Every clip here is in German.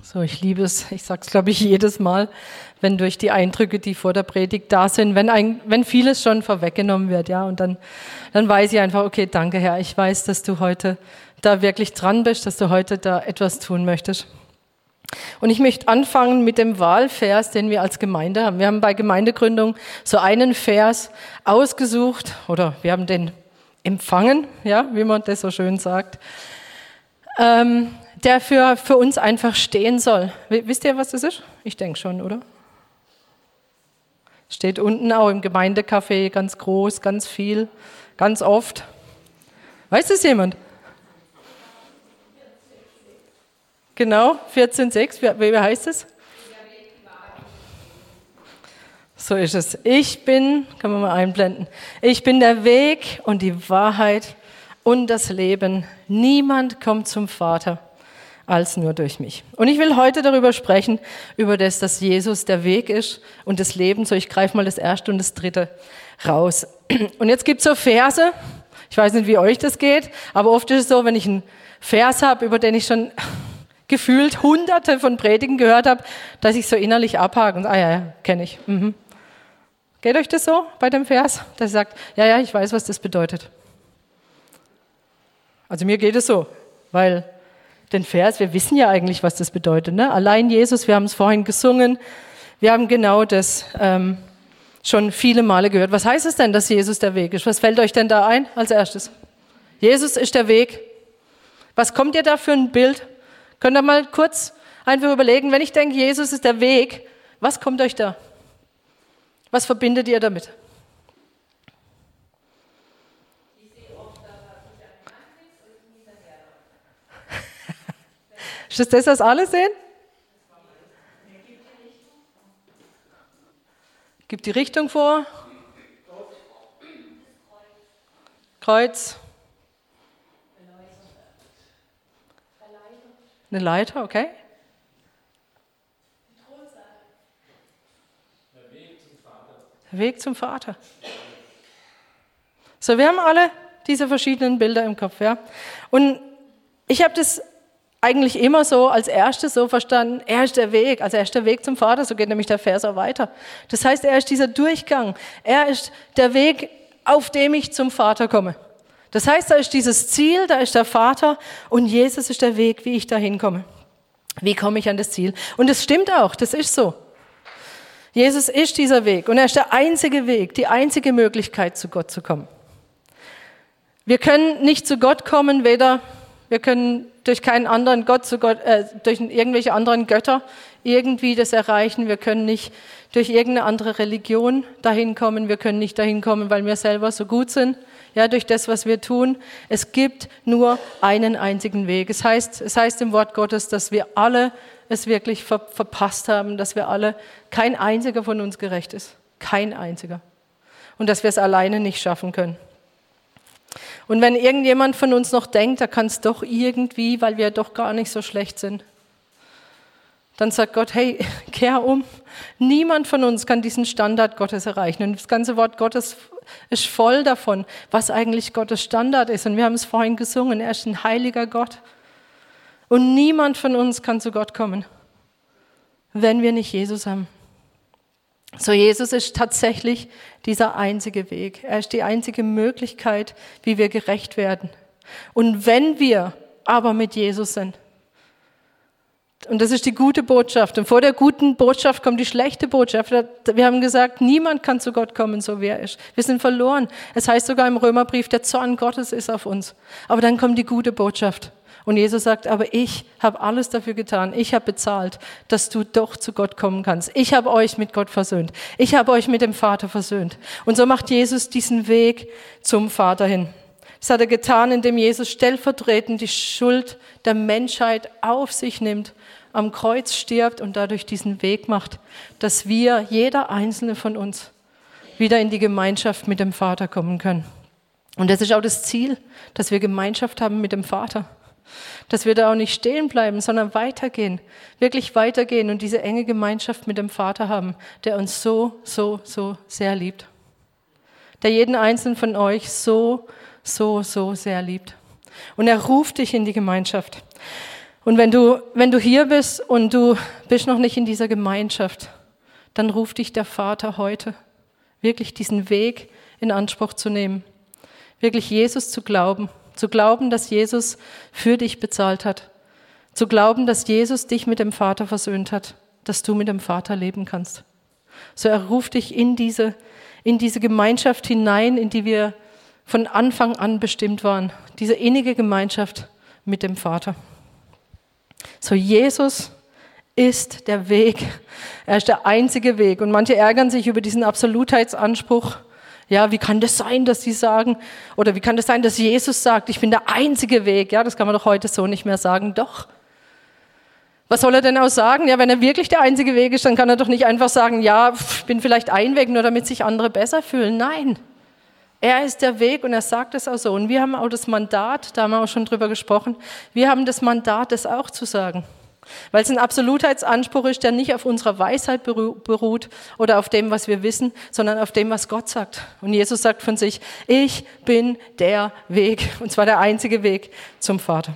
So, ich liebe es. Ich sage es, glaube ich, jedes Mal, wenn durch die Eindrücke, die vor der Predigt da sind, wenn vieles schon vorweggenommen wird, ja, und dann weiß ich einfach, okay, danke Herr, ich weiß, dass du heute da wirklich dran bist, dass du heute da etwas tun möchtest. Und ich möchte anfangen mit dem Wahlvers, den wir als Gemeinde haben. Wir haben bei Gemeindegründung so einen Vers ausgesucht, oder wir haben den empfangen, ja, wie man das so schön sagt, der für uns einfach stehen soll. Wisst ihr, was das ist? Ich denke schon, oder? Steht unten auch im Gemeindecafé, ganz groß, ganz viel, ganz oft. Weiß es jemand? Genau, 14,6. Wie heißt es? So ist es. Kann man mal einblenden. Ich bin der Weg und die Wahrheit und das Leben. Niemand kommt zum Vater als nur durch mich. Und ich will heute darüber sprechen, über das, dass Jesus der Weg ist und das Leben. So, ich greife mal das erste und das dritte raus. Und jetzt gibt es so Verse, ich weiß nicht, wie euch das geht, aber oft ist es so, wenn ich einen Vers habe, über den ich schon gefühlt hunderte von Predigen gehört habe, dass ich so innerlich abhake und ja, kenne ich. Mhm. Geht euch das so bei dem Vers, dass ihr sagt, ja, ich weiß, was das bedeutet. Also mir geht es so, weil den Vers, wir wissen ja eigentlich, was das bedeutet. Ne? Allein Jesus, wir haben es vorhin gesungen, wir haben genau das schon viele Male gehört. Was heißt es denn, dass Jesus der Weg ist? Was fällt euch denn da ein als erstes? Jesus ist der Weg. Was kommt ihr da für ein Bild? Könnt ihr mal kurz einfach überlegen, wenn ich denke, Jesus ist der Weg, was kommt euch da? Was verbindet ihr damit? Ist das, was alle sehen? Gibt die Richtung vor. Kreuz. Eine Leiter, okay. Der Weg zum Vater. So, wir haben alle diese verschiedenen Bilder im Kopf, ja. Und ich habe das eigentlich immer so als erstes so verstanden, er ist der Weg, also er ist der Weg zum Vater, so geht nämlich der Vers auch weiter. Das heißt, er ist dieser Durchgang, er ist der Weg, auf dem ich zum Vater komme. Das heißt, da ist dieses Ziel, da ist der Vater und Jesus ist der Weg, wie ich da hinkomme. Wie komme ich an das Ziel? Und das stimmt auch, das ist so. Jesus ist dieser Weg und er ist der einzige Weg, die einzige Möglichkeit, zu Gott zu kommen. Wir können nicht zu Gott kommen, wir können durch keinen anderen durch irgendwelche anderen Götter irgendwie das erreichen. Wir können nicht durch irgendeine andere Religion dahin kommen. Wir können nicht dahin kommen, weil wir selber so gut sind. Ja, durch das, was wir tun. Es gibt nur einen einzigen Weg. Es heißt im Wort Gottes, dass wir alle es wirklich verpasst haben, dass wir alle, kein einziger von uns gerecht ist. Kein einziger. Und dass wir es alleine nicht schaffen können. Und wenn irgendjemand von uns noch denkt, da kann es doch irgendwie, weil wir doch gar nicht so schlecht sind, dann sagt Gott, hey, kehr um. Niemand von uns kann diesen Standard Gottes erreichen. Und das ganze Wort Gottes ist voll davon, was eigentlich Gottes Standard ist. Und wir haben es vorhin gesungen, er ist ein heiliger Gott. Und niemand von uns kann zu Gott kommen, wenn wir nicht Jesus haben. So, Jesus ist tatsächlich dieser einzige Weg. Er ist die einzige Möglichkeit, wie wir gerecht werden. Und wenn wir aber mit Jesus sind, und das ist die gute Botschaft, und vor der guten Botschaft kommt die schlechte Botschaft. Wir haben gesagt, niemand kann zu Gott kommen, so wie er ist. Wir sind verloren. Es heißt sogar im Römerbrief, der Zorn Gottes ist auf uns. Aber dann kommt die gute Botschaft. Und Jesus sagt, aber ich habe alles dafür getan. Ich habe bezahlt, dass du doch zu Gott kommen kannst. Ich habe euch mit Gott versöhnt. Ich habe euch mit dem Vater versöhnt. Und so macht Jesus diesen Weg zum Vater hin. Das hat er getan, indem Jesus stellvertretend die Schuld der Menschheit auf sich nimmt, am Kreuz stirbt und dadurch diesen Weg macht, dass wir, jeder einzelne von uns, wieder in die Gemeinschaft mit dem Vater kommen können. Und das ist auch das Ziel, dass wir Gemeinschaft haben mit dem Vater. Dass wir da auch nicht stehen bleiben, sondern weitergehen, wirklich weitergehen und diese enge Gemeinschaft mit dem Vater haben, der uns so, so, so sehr liebt. Der jeden einzelnen von euch so, so, so sehr liebt. Und er ruft dich in die Gemeinschaft. Und wenn du hier bist und du bist noch nicht in dieser Gemeinschaft, dann ruft dich der Vater heute, wirklich diesen Weg in Anspruch zu nehmen, wirklich Jesus zu glauben, dass Jesus für dich bezahlt hat, zu glauben, dass Jesus dich mit dem Vater versöhnt hat, dass du mit dem Vater leben kannst. So er ruft dich in diese Gemeinschaft hinein, in die wir von Anfang an bestimmt waren, diese innige Gemeinschaft mit dem Vater. So Jesus ist der Weg, er ist der einzige Weg. Und manche ärgern sich über diesen Absolutheitsanspruch. Ja, wie kann das sein, dass sie sagen, oder wie kann das sein, dass Jesus sagt, ich bin der einzige Weg? Ja, das kann man doch heute so nicht mehr sagen. Doch. Was soll er denn auch sagen? Ja, wenn er wirklich der einzige Weg ist, dann kann er doch nicht einfach sagen, ja, ich bin vielleicht ein Weg, nur damit sich andere besser fühlen. Nein, er ist der Weg und er sagt es auch so. Und wir haben auch das Mandat, da haben wir auch schon drüber gesprochen, wir haben das Mandat, das auch zu sagen. Weil es ein Absolutheitsanspruch ist, der nicht auf unserer Weisheit beruht oder auf dem, was wir wissen, sondern auf dem, was Gott sagt. Und Jesus sagt von sich, ich bin der Weg, und zwar der einzige Weg zum Vater.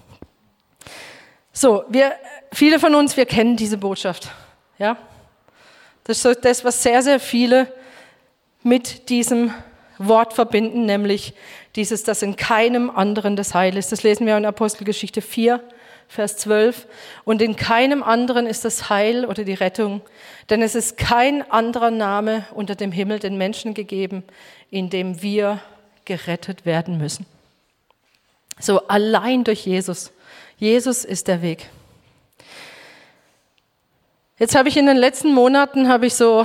So, viele von uns, wir kennen diese Botschaft. Ja? Das ist so das, was sehr, sehr viele mit diesem Wort verbinden, nämlich dieses, dass in keinem anderen das Heil ist. Das lesen wir in Apostelgeschichte 4, Vers 12. Und in keinem anderen ist das Heil oder die Rettung, denn es ist kein anderer Name unter dem Himmel den Menschen gegeben, in dem wir gerettet werden müssen. So, allein durch Jesus. Jesus ist der Weg. Jetzt habe ich in den letzten Monaten so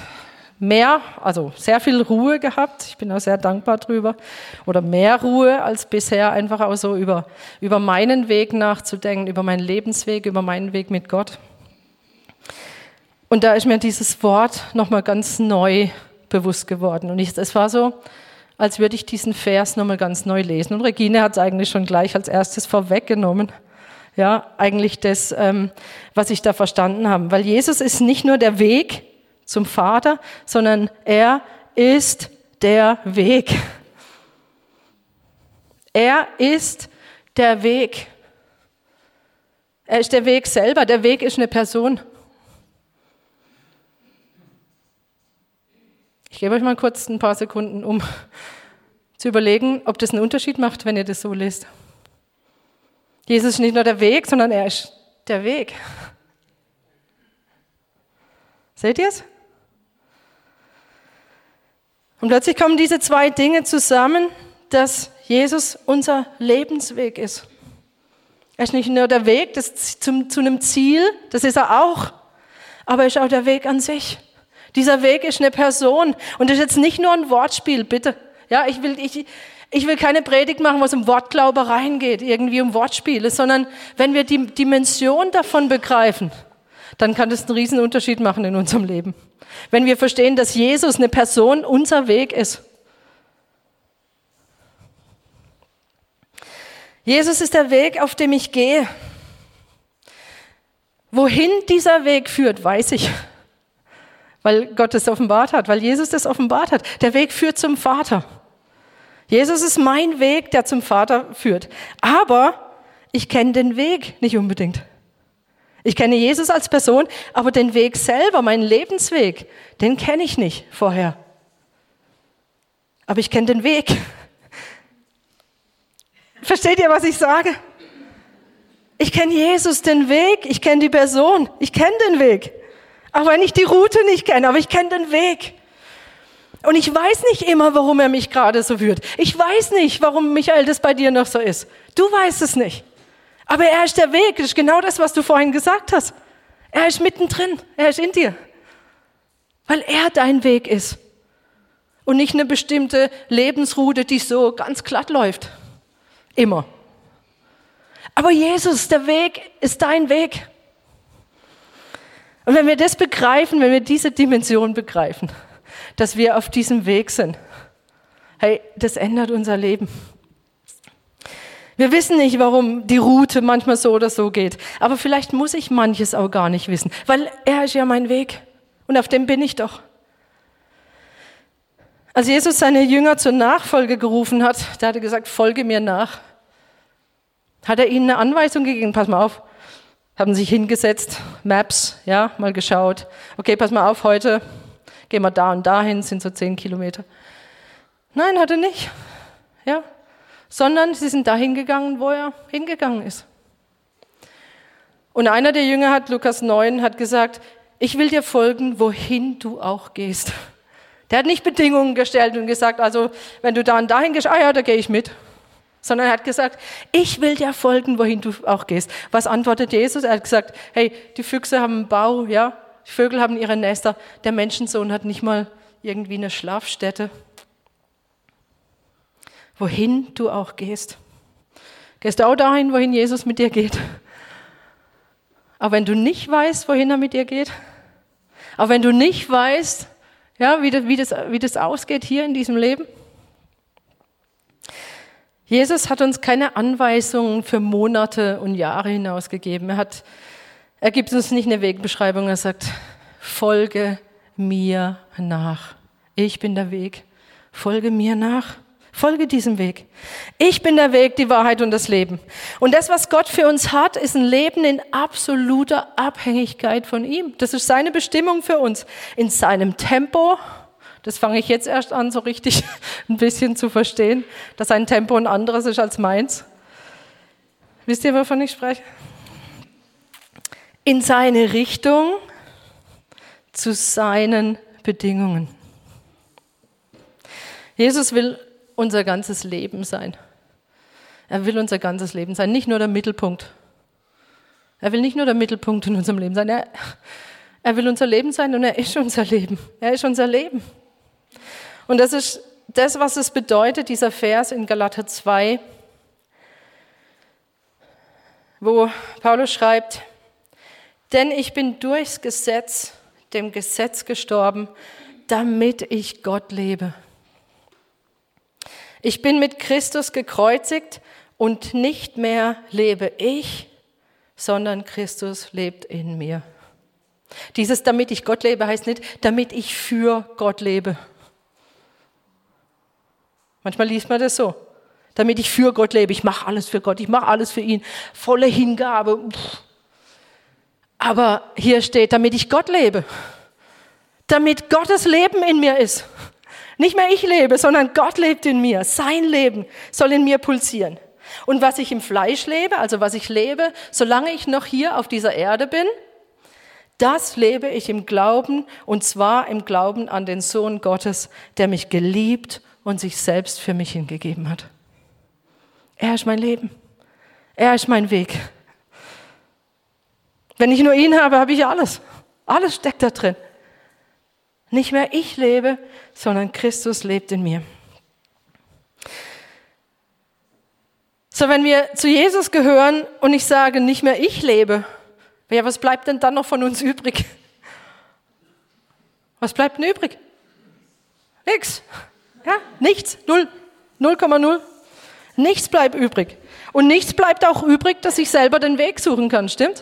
sehr viel Ruhe gehabt. Ich bin auch sehr dankbar drüber. Oder mehr Ruhe als bisher, einfach auch so über meinen Weg nachzudenken, über meinen Lebensweg, über meinen Weg mit Gott. Und da ist mir dieses Wort nochmal ganz neu bewusst geworden. Und es war so, als würde ich diesen Vers nochmal ganz neu lesen. Und Regine hat es eigentlich schon gleich als erstes vorweggenommen. Ja, eigentlich das, was ich da verstanden habe. Weil Jesus ist nicht nur der Weg zum Vater, sondern er ist der Weg. Er ist der Weg. Er ist der Weg selber. Der Weg ist eine Person. Ich gebe euch mal kurz ein paar Sekunden, um zu überlegen, ob das einen Unterschied macht, wenn ihr das so lest. Jesus ist nicht nur der Weg, sondern er ist der Weg. Seht ihr es? Und plötzlich kommen diese zwei Dinge zusammen, dass Jesus unser Lebensweg ist. Er ist nicht nur der Weg zu einem Ziel, das ist er auch, aber er ist auch der Weg an sich. Dieser Weg ist eine Person und das ist jetzt nicht nur ein Wortspiel, bitte. Ja, ich will keine Predigt machen, wo es um Wortglaubereien geht, irgendwie um Wortspiele, sondern wenn wir die Dimension davon begreifen, dann kann das einen riesen Unterschied machen in unserem Leben. Wenn wir verstehen, dass Jesus eine Person unser Weg ist. Jesus ist der Weg, auf dem ich gehe. Wohin dieser Weg führt, weiß ich. Weil Gott es offenbart hat, weil Jesus das offenbart hat. Der Weg führt zum Vater. Jesus ist mein Weg, der zum Vater führt. Aber ich kenne den Weg nicht unbedingt. Ich kenne Jesus als Person, aber den Weg selber, meinen Lebensweg, den kenne ich nicht vorher. Aber ich kenne den Weg. Versteht ihr, was ich sage? Ich kenne Jesus, den Weg, ich kenne die Person, ich kenne den Weg. Auch wenn ich die Route nicht kenne, aber ich kenne den Weg. Und ich weiß nicht immer, warum er mich gerade so führt. Ich weiß nicht, warum, Michael, das bei dir noch so ist. Du weißt es nicht. Aber er ist der Weg, das ist genau das, was du vorhin gesagt hast. Er ist mittendrin, er ist in dir. Weil er dein Weg ist. Und nicht eine bestimmte Lebensroute, die so ganz glatt läuft. Immer. Aber Jesus, der Weg ist dein Weg. Und wenn wir das begreifen, wenn wir diese Dimension begreifen, dass wir auf diesem Weg sind, hey, das ändert unser Leben. Wir wissen nicht, warum die Route manchmal so oder so geht, aber vielleicht muss ich manches auch gar nicht wissen, weil er ist ja mein Weg und auf dem bin ich doch. Als Jesus seine Jünger zur Nachfolge gerufen hat, da hat er gesagt, folge mir nach. Hat er ihnen eine Anweisung gegeben? Pass mal auf. Haben sich hingesetzt, Maps, ja, mal geschaut. Okay, pass mal auf, heute gehen wir da und dahin, sind so 10 Kilometer. Nein, hat er nicht. Ja. Sondern sie sind dahin gegangen, wo er hingegangen ist. Und einer der Jünger hat, Lukas 9, hat gesagt, ich will dir folgen, wohin du auch gehst. Der hat nicht Bedingungen gestellt und gesagt, also wenn du da und dahin gehst, ja, da gehe ich mit. Sondern er hat gesagt, ich will dir folgen, wohin du auch gehst. Was antwortet Jesus? Er hat gesagt, hey, die Füchse haben einen Bau, ja, die Vögel haben ihre Nester, der Menschensohn hat nicht mal irgendwie eine Schlafstätte. Wohin du auch gehst. Gehst du auch dahin, wohin Jesus mit dir geht. Aber wenn du nicht weißt, wohin er mit dir geht, aber wenn du nicht weißt, ja, wie das ausgeht hier in diesem Leben. Jesus hat uns keine Anweisungen für Monate und Jahre hinaus gegeben. Er gibt uns nicht eine Wegbeschreibung. Er sagt, folge mir nach. Ich bin der Weg. Folge mir nach. Folge diesem Weg. Ich bin der Weg, die Wahrheit und das Leben. Und das, was Gott für uns hat, ist ein Leben in absoluter Abhängigkeit von ihm. Das ist seine Bestimmung für uns. In seinem Tempo. Das fange ich jetzt erst an, so richtig ein bisschen zu verstehen, dass sein Tempo ein anderes ist als meins. Wisst ihr, wovon ich spreche? In seine Richtung, zu seinen Bedingungen. Jesus will unser ganzes Leben sein. Er will unser ganzes Leben sein, nicht nur der Mittelpunkt. Er will nicht nur der Mittelpunkt in unserem Leben sein. Er will unser Leben sein und er ist unser Leben. Er ist unser Leben. Und das ist das, was es bedeutet, dieser Vers in Galater 2, wo Paulus schreibt, denn ich bin durchs Gesetz, dem Gesetz gestorben, damit ich Gott lebe. Ich bin mit Christus gekreuzigt und nicht mehr lebe ich, sondern Christus lebt in mir. Dieses damit ich Gott lebe heißt nicht, damit ich für Gott lebe. Manchmal liest man das so. Damit ich für Gott lebe, ich mache alles für Gott, ich mache alles für ihn, volle Hingabe. Aber hier steht, damit ich Gott lebe. Damit Gottes Leben in mir ist. Nicht mehr ich lebe, sondern Gott lebt in mir. Sein Leben soll in mir pulsieren. Und was ich im Fleisch lebe, also was ich lebe, solange ich noch hier auf dieser Erde bin, das lebe ich im Glauben, und zwar im Glauben an den Sohn Gottes, der mich geliebt und sich selbst für mich hingegeben hat. Er ist mein Leben. Er ist mein Weg. Wenn ich nur ihn habe, habe ich alles. Alles steckt da drin. Nicht mehr ich lebe, sondern Christus lebt in mir. So, wenn wir zu Jesus gehören und ich sage, nicht mehr ich lebe, ja, was bleibt denn dann noch von uns übrig? Was bleibt denn übrig? Nix. Ja, nichts. 0,0. Nichts bleibt übrig. Und nichts bleibt auch übrig, dass ich selber den Weg suchen kann, stimmt?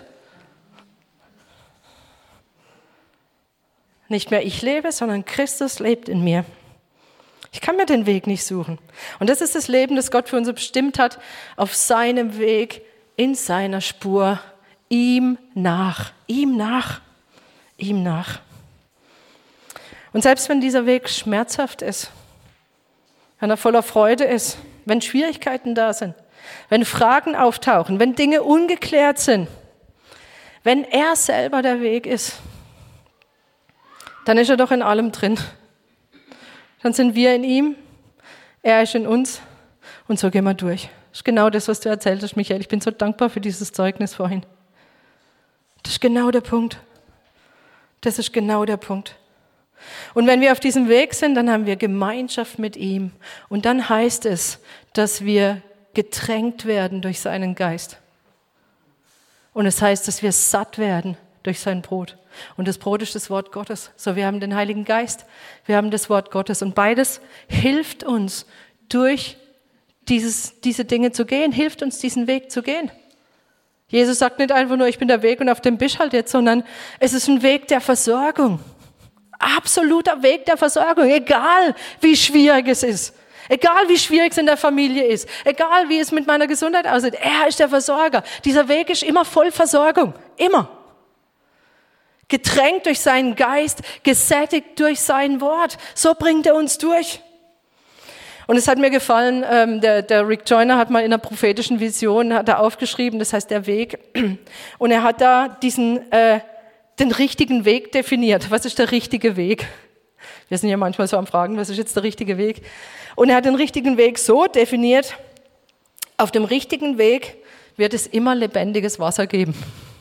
Nicht mehr ich lebe, sondern Christus lebt in mir. Ich kann mir den Weg nicht suchen. Und das ist das Leben, das Gott für uns bestimmt hat, auf seinem Weg, in seiner Spur, ihm nach, ihm nach, ihm nach. Und selbst wenn dieser Weg schmerzhaft ist, wenn er voller Freude ist, wenn Schwierigkeiten da sind, wenn Fragen auftauchen, wenn Dinge ungeklärt sind, wenn er selber der Weg ist, dann ist er doch in allem drin. Dann sind wir in ihm, er ist in uns und so gehen wir durch. Das ist genau das, was du erzählt hast, Michael. Ich bin so dankbar für dieses Zeugnis vorhin. Das ist genau der Punkt. Das ist genau der Punkt. Und wenn wir auf diesem Weg sind, dann haben wir Gemeinschaft mit ihm. Und dann heißt es, dass wir getränkt werden durch seinen Geist. Und es heißt, dass wir satt werden durch sein Brot. Und das Brot ist das Wort Gottes. So, wir haben den Heiligen Geist, wir haben das Wort Gottes. Und beides hilft uns, durch diese Dinge zu gehen, hilft uns, diesen Weg zu gehen. Jesus sagt nicht einfach nur, ich bin der Weg und auf dem bist halt jetzt, sondern es ist ein Weg der Versorgung. Absoluter Weg der Versorgung, egal wie schwierig es ist. Egal wie schwierig es in der Familie ist, egal wie es mit meiner Gesundheit aussieht, er ist der Versorger. Dieser Weg ist immer voll Versorgung, immer. Getränkt durch seinen Geist, gesättigt durch sein Wort. So bringt er uns durch. Und es hat mir gefallen, der Rick Joyner hat mal in einer prophetischen Vision, hat er aufgeschrieben, das heißt der Weg. Und er hat da den richtigen Weg definiert. Was ist der richtige Weg? Wir sind ja manchmal so am Fragen, was ist jetzt der richtige Weg? Und er hat den richtigen Weg so definiert, auf dem richtigen Weg wird es immer lebendiges Wasser geben.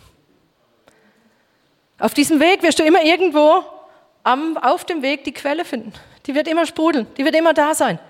Auf diesem Weg wirst du immer irgendwo auf dem Weg die Quelle finden. Die wird immer sprudeln, die wird immer da sein.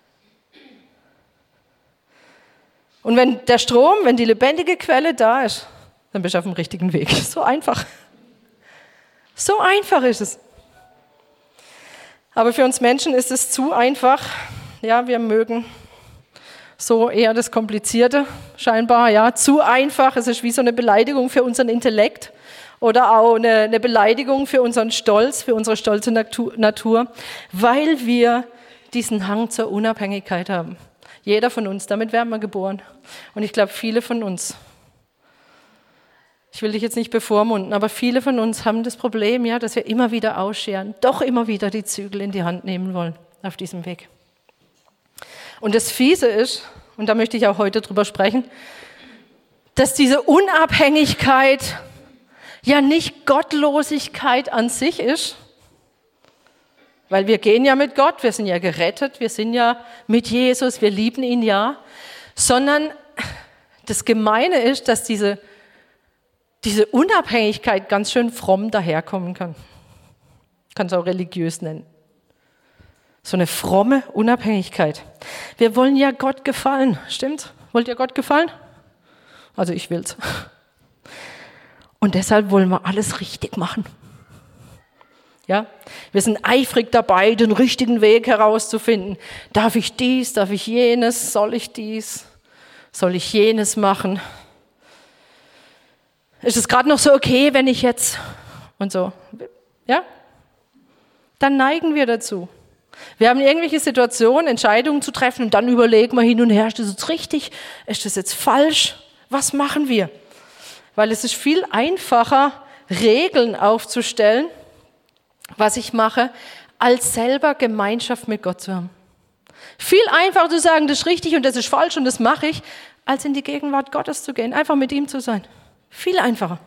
Und wenn der Strom, wenn die lebendige Quelle da ist, dann bist du auf dem richtigen Weg. So einfach. So einfach ist es. Aber für uns Menschen ist es zu einfach. Ja, wir mögen so eher das Komplizierte, scheinbar. Ja, zu einfach. Es ist wie so eine Beleidigung für unseren Intellekt oder auch eine Beleidigung für unseren Stolz, für unsere stolze Natur, weil wir diesen Hang zur Unabhängigkeit haben. Jeder von uns, damit werden wir geboren. Und ich glaube, viele von uns, ich will dich jetzt nicht bevormunden, aber viele von uns haben das Problem, ja, dass wir immer wieder ausscheren, doch immer wieder die Zügel in die Hand nehmen wollen auf diesem Weg. Und das Fiese ist, und da möchte ich auch heute drüber sprechen, dass diese Unabhängigkeit ja nicht Gottlosigkeit an sich ist, weil wir gehen ja mit Gott, wir sind ja gerettet, wir sind ja mit Jesus, wir lieben ihn ja, sondern das Gemeine ist, dass diese Unabhängigkeit ganz schön fromm daherkommen kann. Kann es auch religiös nennen. So eine fromme Unabhängigkeit. Wir wollen ja Gott gefallen, stimmt? Wollt ihr Gott gefallen? Also ich will's. Und deshalb wollen wir alles richtig machen. Ja? Wir sind eifrig dabei, den richtigen Weg herauszufinden. Darf ich dies, darf ich jenes, soll ich dies, soll ich jenes machen? Ist es gerade noch so okay, wenn ich jetzt und so, ja? Dann neigen wir dazu. Wir haben irgendwelche Situationen, Entscheidungen zu treffen und dann überlegen wir hin und her, ist das jetzt richtig, ist das jetzt falsch, was machen wir? Weil es ist viel einfacher, Regeln aufzustellen, was ich mache, als selber Gemeinschaft mit Gott zu haben. Viel einfacher zu sagen, das ist richtig und das ist falsch und das mache ich, als in die Gegenwart Gottes zu gehen, einfach mit ihm zu sein. Viel einfacher.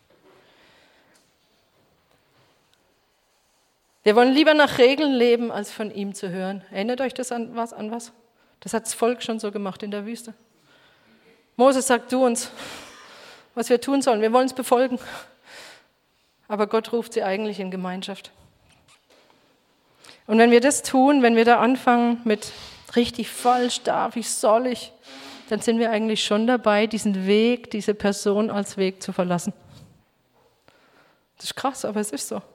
Wir wollen lieber nach Regeln leben, als von ihm zu hören. Erinnert euch das an was? Das hat das Volk schon so gemacht in der Wüste. Moses sagt, du uns, was wir tun sollen. Wir wollen es befolgen. Aber Gott ruft sie eigentlich in Gemeinschaft. Und wenn wir das tun, wenn wir da anfangen mit richtig, falsch, darf ich, soll ich, dann sind wir eigentlich schon dabei, diesen Weg, diese Person als Weg zu verlassen. Das ist krass, aber es ist so.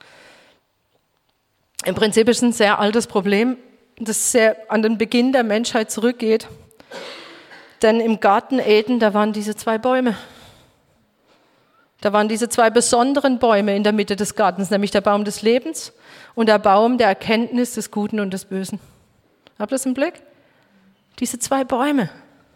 Im Prinzip ist es ein sehr altes Problem, das sehr an den Beginn der Menschheit zurückgeht. Denn im Garten Eden, da waren diese zwei Bäume. Da waren diese zwei besonderen Bäume in der Mitte des Gartens, nämlich der Baum des Lebens und der Baum der Erkenntnis des Guten und des Bösen. Habt ihr das im Blick? Diese zwei Bäume.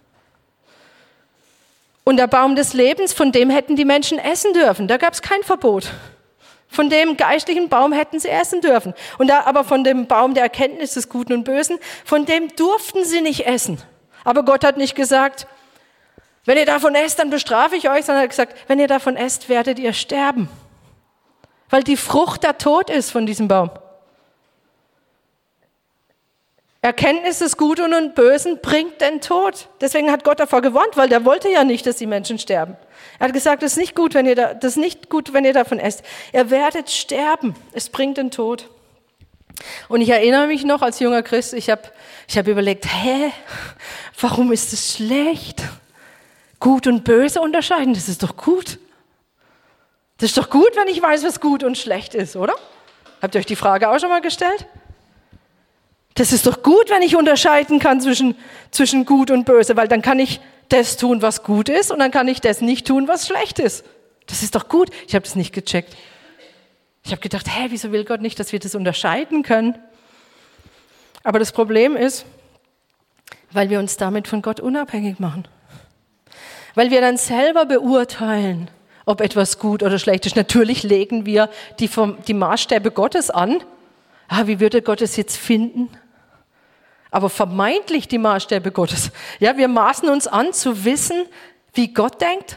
Und der Baum des Lebens, von dem hätten die Menschen essen dürfen. Da gab es kein Verbot. Von dem geistlichen Baum hätten sie essen dürfen. Aber von dem Baum der Erkenntnis des Guten und Bösen, von dem durften sie nicht essen. Aber Gott hat nicht gesagt, wenn ihr davon esst, dann bestrafe ich euch, sondern er hat gesagt, wenn ihr davon esst, werdet ihr sterben. Weil die Frucht der Tod ist von diesem Baum. Erkenntnis des Guten und Bösen bringt den Tod. Deswegen hat Gott davor gewarnt, weil der wollte ja nicht, dass die Menschen sterben. Er hat gesagt, das ist nicht gut, wenn ihr davon esst. Ihr werdet sterben. Es bringt den Tod. Und ich erinnere mich noch als junger Christ, ich hab überlegt, warum ist es schlecht? Gut und böse unterscheiden, das ist doch gut. Das ist doch gut, wenn ich weiß, was gut und schlecht ist, oder? Habt ihr euch die Frage auch schon mal gestellt? Das ist doch gut, wenn ich unterscheiden kann zwischen gut und böse, weil dann kann ich das tun, was gut ist, und dann kann ich das nicht tun, was schlecht ist. Das ist doch gut. Ich habe das nicht gecheckt. Ich habe gedacht, wieso will Gott nicht, dass wir das unterscheiden können? Aber das Problem ist, weil wir uns damit von Gott unabhängig machen. Weil wir dann selber beurteilen, ob etwas gut oder schlecht ist. Natürlich legen wir die Maßstäbe Gottes an. Wie würde Gott es jetzt finden? Aber vermeintlich die Maßstäbe Gottes. Ja, wir maßen uns an, zu wissen, wie Gott denkt.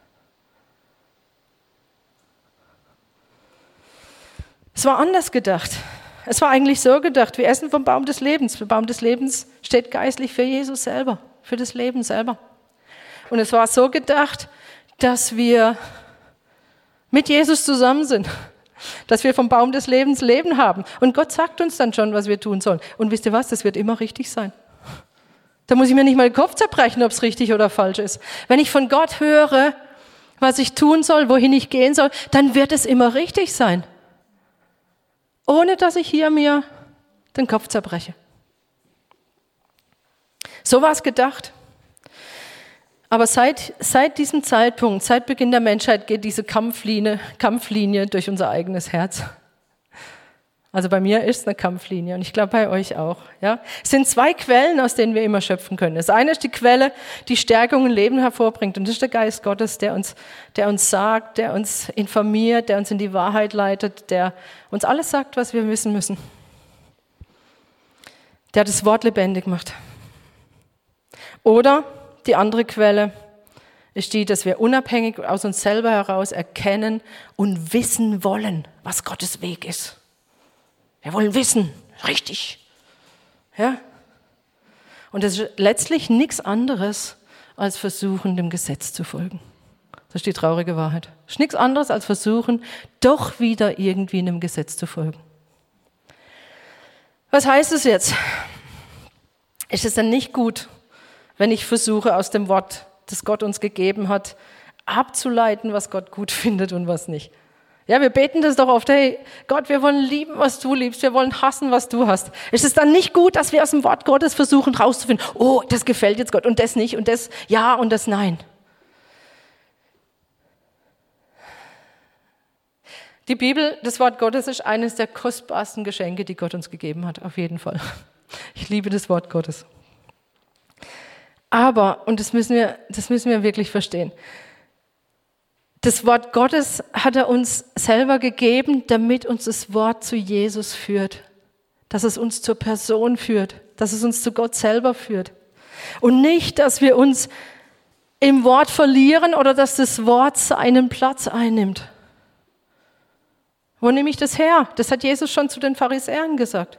Es war anders gedacht. Es war eigentlich so gedacht, wir essen vom Baum des Lebens. Der Baum des Lebens steht geistlich für Jesus selber, für das Leben selber. Und es war so gedacht, dass wir mit Jesus zusammen sind, dass wir vom Baum des Lebens Leben haben. Und Gott sagt uns dann schon, was wir tun sollen. Und wisst ihr was, das wird immer richtig sein. Da muss ich mir nicht mal den Kopf zerbrechen, ob es richtig oder falsch ist. Wenn ich von Gott höre, was ich tun soll, wohin ich gehen soll, dann wird es immer richtig sein. Ohne dass ich hier mir den Kopf zerbreche. So war es gedacht. Aber seit diesem Zeitpunkt, seit Beginn der Menschheit, geht diese Kampflinie durch unser eigenes Herz. Also bei mir ist es eine Kampflinie und ich glaube bei euch auch. Ja? Es sind 2 Quellen, aus denen wir immer schöpfen können. Das eine ist die Quelle, die Stärkung und Leben hervorbringt. Und das ist der Geist Gottes, der uns sagt, der uns informiert, der uns in die Wahrheit leitet, der uns alles sagt, was wir wissen müssen. Der das Wort lebendig macht. Oder die andere Quelle ist die, dass wir unabhängig aus uns selber heraus erkennen und wissen wollen, was Gottes Weg ist. Wir wollen wissen, richtig. Ja? Und das ist letztlich nichts anderes, als versuchen, dem Gesetz zu folgen. Das ist die traurige Wahrheit. Es ist nichts anderes, als versuchen, doch wieder irgendwie einem Gesetz zu folgen. Was heißt es jetzt? Ist es dann nicht gut, wenn ich versuche, aus dem Wort, das Gott uns gegeben hat, abzuleiten, was Gott gut findet und was nicht? Ja, wir beten das doch oft, hey Gott, wir wollen lieben, was du liebst, wir wollen hassen, was du hast. Ist es dann nicht gut, dass wir aus dem Wort Gottes versuchen rauszufinden, oh, das gefällt jetzt Gott und das nicht und das ja und das nein? Die Bibel, das Wort Gottes, ist eines der kostbarsten Geschenke, die Gott uns gegeben hat, auf jeden Fall. Ich liebe das Wort Gottes. Aber, und das müssen wir wirklich verstehen, das Wort Gottes hat er uns selber gegeben, damit uns das Wort zu Jesus führt. Dass es uns zur Person führt. Dass es uns zu Gott selber führt. Und nicht, dass wir uns im Wort verlieren oder dass das Wort seinen Platz einnimmt. Wo nehme ich das her? Das hat Jesus schon zu den Pharisäern gesagt.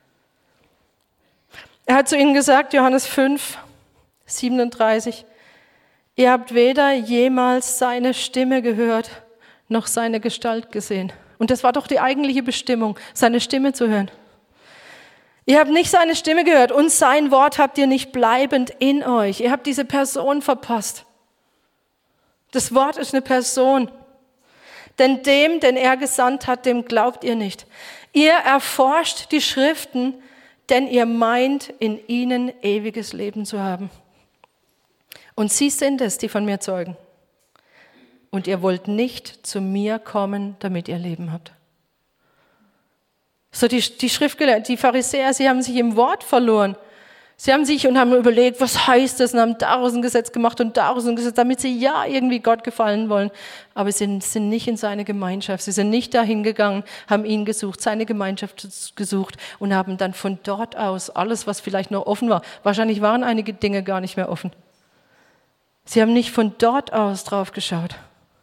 Er hat zu ihnen gesagt, Johannes 5, 37, ihr habt weder jemals seine Stimme gehört, noch seine Gestalt gesehen. Und das war doch die eigentliche Bestimmung, seine Stimme zu hören. Ihr habt nicht seine Stimme gehört und sein Wort habt ihr nicht bleibend in euch. Ihr habt diese Person verpasst. Das Wort ist eine Person. Denn dem, den er gesandt hat, dem glaubt ihr nicht. Ihr erforscht die Schriften, denn ihr meint, in ihnen ewiges Leben zu haben. Und sie sind es, die von mir zeugen. Und ihr wollt nicht zu mir kommen, damit ihr Leben habt. So die Schriftgelehrten, die Pharisäer, sie haben sich im Wort verloren. Sie haben sich und haben überlegt, was heißt das? Und haben daraus ein Gesetz gemacht und daraus ein Gesetz, damit sie ja irgendwie Gott gefallen wollen. Aber sie sind nicht in seine Gemeinschaft. Sie sind nicht dahin gegangen, haben ihn gesucht, seine Gemeinschaft gesucht und haben dann von dort aus alles, was vielleicht noch offen war. Wahrscheinlich waren einige Dinge gar nicht mehr offen. Sie haben nicht von dort aus drauf geschaut.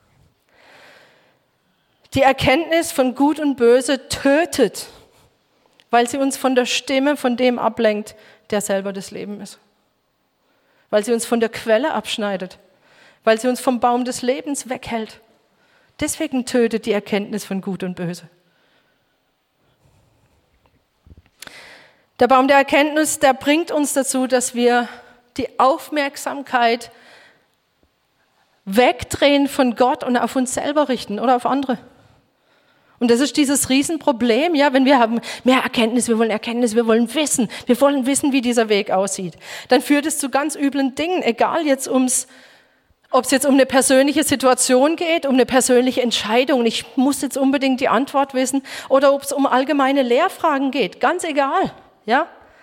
Die Erkenntnis von Gut und Böse tötet, weil sie uns von der Stimme von dem ablenkt, der selber das Leben ist. Weil sie uns von der Quelle abschneidet. Weil sie uns vom Baum des Lebens weghält. Deswegen tötet die Erkenntnis von Gut und Böse. Der Baum der Erkenntnis, der bringt uns dazu, dass wir die Aufmerksamkeit wegdrehen von Gott und auf uns selber richten oder auf andere. Und das ist dieses Riesenproblem, ja, wenn wir haben mehr Erkenntnis, wir wollen wissen, wie dieser Weg aussieht. Dann führt es zu ganz üblen Dingen, egal jetzt ob es jetzt um eine persönliche Situation geht, um eine persönliche Entscheidung, ich muss jetzt unbedingt die Antwort wissen, oder ob es um allgemeine Lehrfragen geht, ganz egal, ja.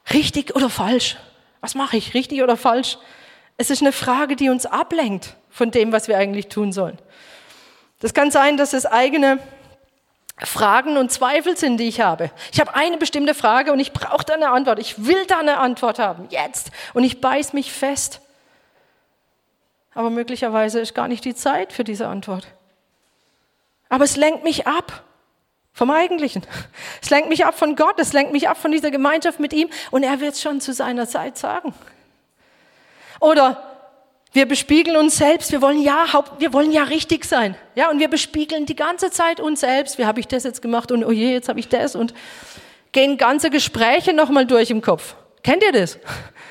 Richtig oder falsch? Was mache ich, richtig oder falsch? Es ist eine Frage, die uns ablenkt von dem, was wir eigentlich tun sollen. Das kann sein, dass es eigene Fragen und Zweifel sind, die ich habe. Ich habe eine bestimmte Frage und ich brauche da eine Antwort. Ich will da eine Antwort haben, jetzt. Und ich beiß mich fest. Aber möglicherweise ist gar nicht die Zeit für diese Antwort. Aber es lenkt mich ab vom Eigentlichen. Es lenkt mich ab von Gott, es lenkt mich ab von dieser Gemeinschaft mit ihm und er wird es schon zu seiner Zeit sagen. Oder wir bespiegeln uns selbst, wir wollen ja richtig sein. Ja, und wir bespiegeln die ganze Zeit uns selbst. Wie habe ich das jetzt gemacht und oh je, jetzt habe ich das und gehen ganze Gespräche nochmal durch im Kopf. Kennt ihr das?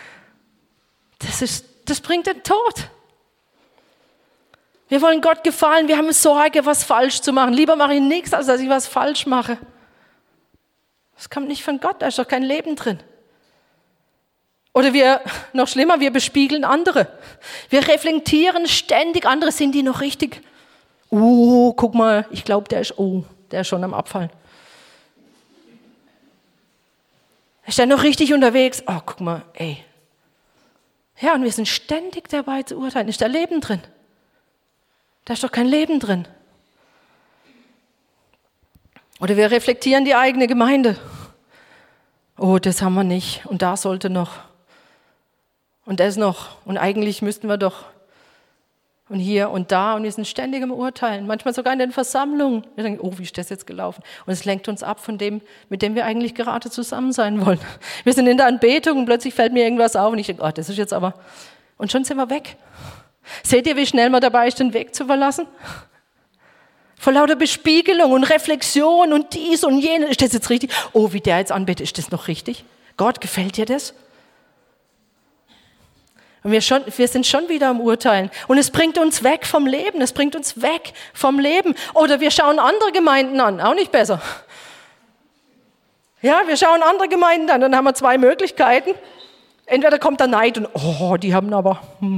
Das bringt den Tod. Wir wollen Gott gefallen, wir haben Sorge, was falsch zu machen. Lieber mache ich nichts, als dass ich was falsch mache. Das kommt nicht von Gott, da ist doch kein Leben drin. Oder noch schlimmer, wir bespiegeln andere. Wir reflektieren ständig, andere, sind die noch richtig? Guck mal, ich glaube, der ist schon am Abfallen. Ist der noch richtig unterwegs? Oh, guck mal, ey. Ja, und wir sind ständig dabei zu urteilen. Ist da Leben drin? Da ist doch kein Leben drin. Oder wir reflektieren die eigene Gemeinde. Oh, das haben wir nicht und da sollte noch. Und das noch. Und eigentlich müssten wir doch. Und hier und da. Und wir sind ständig im Urteilen. Manchmal sogar in den Versammlungen. Wir denken, oh, wie ist das jetzt gelaufen? Und es lenkt uns ab von dem, mit dem wir eigentlich gerade zusammen sein wollen. Wir sind in der Anbetung und plötzlich fällt mir irgendwas auf. Und ich denke, oh, das ist jetzt aber. Und schon sind wir weg. Seht ihr, wie schnell man dabei ist, den Weg zu verlassen? Vor lauter Bespiegelung und Reflexion und dies und jenes. Ist das jetzt richtig? Oh, wie der jetzt anbetet, ist das noch richtig? Gott, gefällt dir das? Und wir sind schon wieder am Urteilen. Und es bringt uns weg vom Leben. Es bringt uns weg vom Leben. Oder wir schauen andere Gemeinden an. Auch nicht besser. Ja, wir schauen andere Gemeinden an. Dann haben wir zwei Möglichkeiten. Entweder kommt der Neid und, oh, die haben aber,